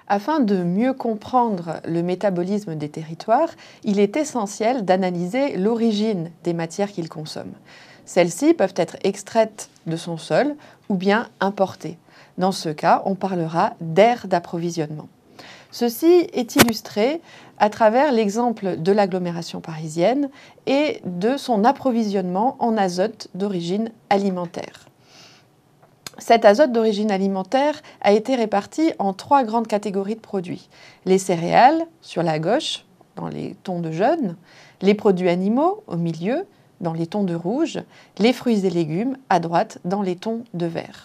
Afin de mieux comprendre le métabolisme des territoires, il est essentiel d'analyser l'origine des matières qu'ils consomment. Celles-ci peuvent être extraites de son sol ou bien importées. Dans ce cas, on parlera d'aire d'approvisionnement. Ceci est illustré à travers l'exemple de l'agglomération parisienne et de son approvisionnement en azote d'origine alimentaire. Cet azote d'origine alimentaire a été réparti en 3 grandes catégories de produits. Les céréales, sur la gauche, dans les tons de jaune, les produits animaux, au milieu, dans les tons de rouge, les fruits et légumes, à droite, dans les tons de vert.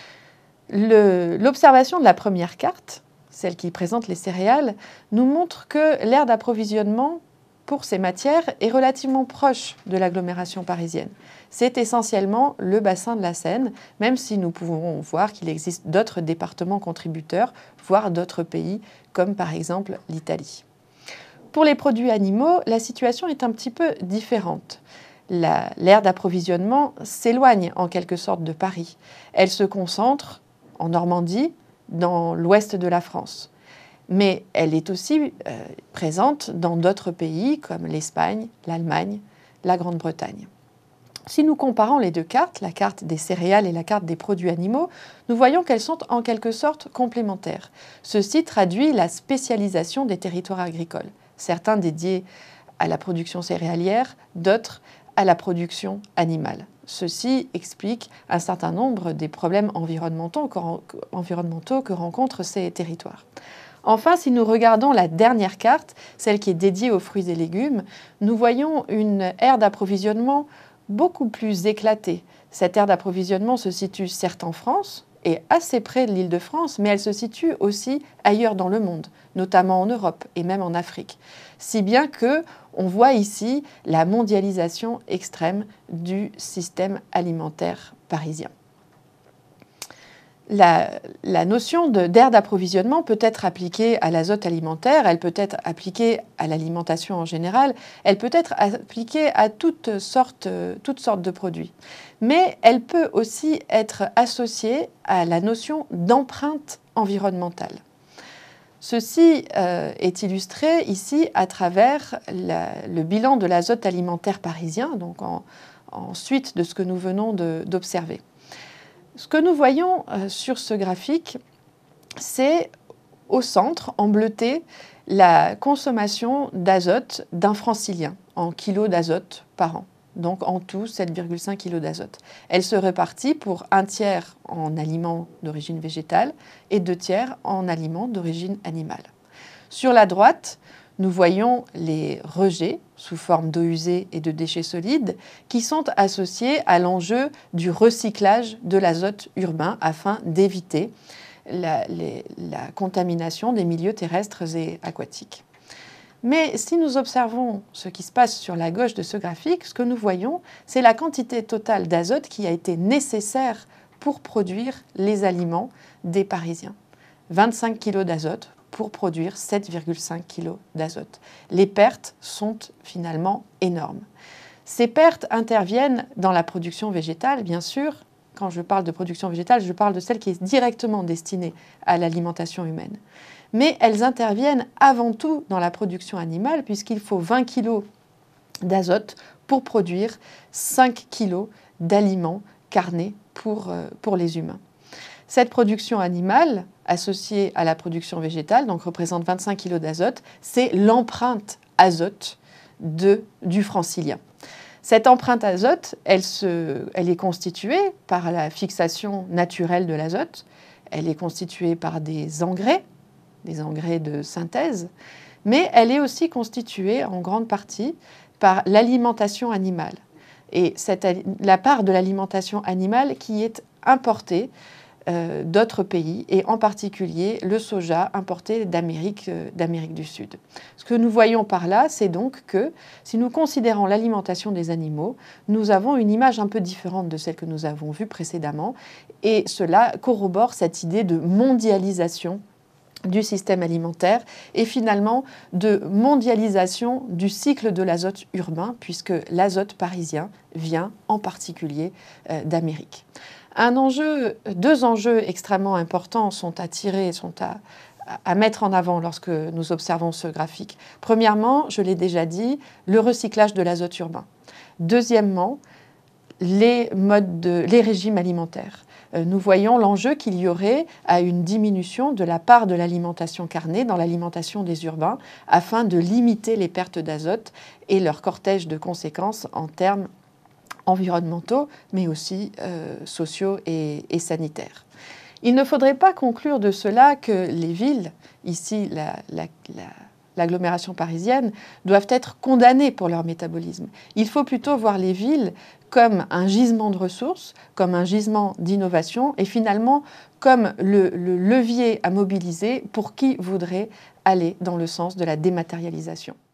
L'observation de la première carte, celle qui présente les céréales, nous montre que l'aire d'approvisionnement pour ces matières est relativement proche de l'agglomération parisienne. C'est essentiellement le bassin de la Seine, même si nous pouvons voir qu'il existe d'autres départements contributeurs, voire d'autres pays, comme par exemple l'Italie. Pour les produits animaux, la situation est un petit peu différente. L'aire d'approvisionnement s'éloigne en quelque sorte de Paris. Elle se concentre en Normandie, dans l'ouest de la France. Mais elle est aussi présente dans d'autres pays comme l'Espagne, l'Allemagne, la Grande-Bretagne. Si nous comparons les deux cartes, la carte des céréales et la carte des produits animaux, nous voyons qu'elles sont en quelque sorte complémentaires. Ceci traduit la spécialisation des territoires agricoles, certains dédiés à la production céréalière, d'autres à la production animale. Ceci explique un certain nombre des problèmes environnementaux que rencontrent ces territoires. Enfin, si nous regardons la dernière carte, celle qui est dédiée aux fruits et légumes, nous voyons une aire d'approvisionnement beaucoup plus éclatée. Cette aire d'approvisionnement se situe certes en France et assez près de l'Île-de-France, mais elle se situe aussi ailleurs dans le monde, notamment en Europe et même en Afrique. Si bien qu'on voit ici la mondialisation extrême du système alimentaire parisien. La notion d'aire d'approvisionnement peut être appliquée à l'azote alimentaire, elle peut être appliquée à l'alimentation en général, elle peut être appliquée à toutes sortes de produits. Mais elle peut aussi être associée à la notion d'empreinte environnementale. Ceci est illustré ici à travers le bilan de l'azote alimentaire parisien, donc en suite de ce que nous venons d'observer. Ce que nous voyons sur ce graphique, c'est au centre, en bleuté, la consommation d'azote d'un francilien en kilos d'azote par an. Donc en tout 7,5 kg d'azote. Elle se répartit pour 1/3 en aliments d'origine végétale et 2/3 en aliments d'origine animale. Sur la droite, nous voyons les rejets sous forme d'eau usée et de déchets solides qui sont associés à l'enjeu du recyclage de l'azote urbain afin d'éviter la contamination des milieux terrestres et aquatiques. Mais si nous observons ce qui se passe sur la gauche de ce graphique, ce que nous voyons, c'est la quantité totale d'azote qui a été nécessaire pour produire les aliments des Parisiens. 25 kg d'azote pour produire 7,5 kg d'azote. Les pertes sont finalement énormes. Ces pertes interviennent dans la production végétale, bien sûr. Quand je parle de production végétale, je parle de celle qui est directement destinée à l'alimentation humaine. Mais elles interviennent avant tout dans la production animale, puisqu'il faut 20 kg d'azote pour produire 5 kg d'aliments carnés pour les humains. Cette production animale, associée à la production végétale, donc représente 25 kg d'azote, c'est l'empreinte azote du francilien. Cette empreinte azote, elle est constituée par la fixation naturelle de l'azote, elle est constituée par des engrais de synthèse, mais elle est aussi constituée en grande partie par l'alimentation animale. Et la part de l'alimentation animale qui est importée d'autres pays, et en particulier le soja importé d'Amérique du Sud. Ce que nous voyons par là, c'est donc que si nous considérons l'alimentation des animaux, nous avons une image un peu différente de celle que nous avons vue précédemment, et cela corrobore cette idée de mondialisation du système alimentaire et finalement de mondialisation du cycle de l'azote urbain, puisque l'azote parisien vient en particulier d'Amérique. Deux enjeux extrêmement importants sont à à mettre en avant lorsque nous observons ce graphique. Premièrement, je l'ai déjà dit, le recyclage de l'azote urbain. Deuxièmement, les régimes alimentaires. Nous voyons l'enjeu qu'il y aurait à une diminution de la part de l'alimentation carnée dans l'alimentation des urbains afin de limiter les pertes d'azote et leur cortège de conséquences en termes environnementaux, mais aussi sociaux et sanitaires. Il ne faudrait pas conclure de cela que les villes, ici l'agglomération parisienne, doivent être condamnées pour leur métabolisme. Il faut plutôt voir les villes comme un gisement de ressources, comme un gisement d'innovation et finalement comme le levier à mobiliser pour qui voudrait aller dans le sens de la dématérialisation.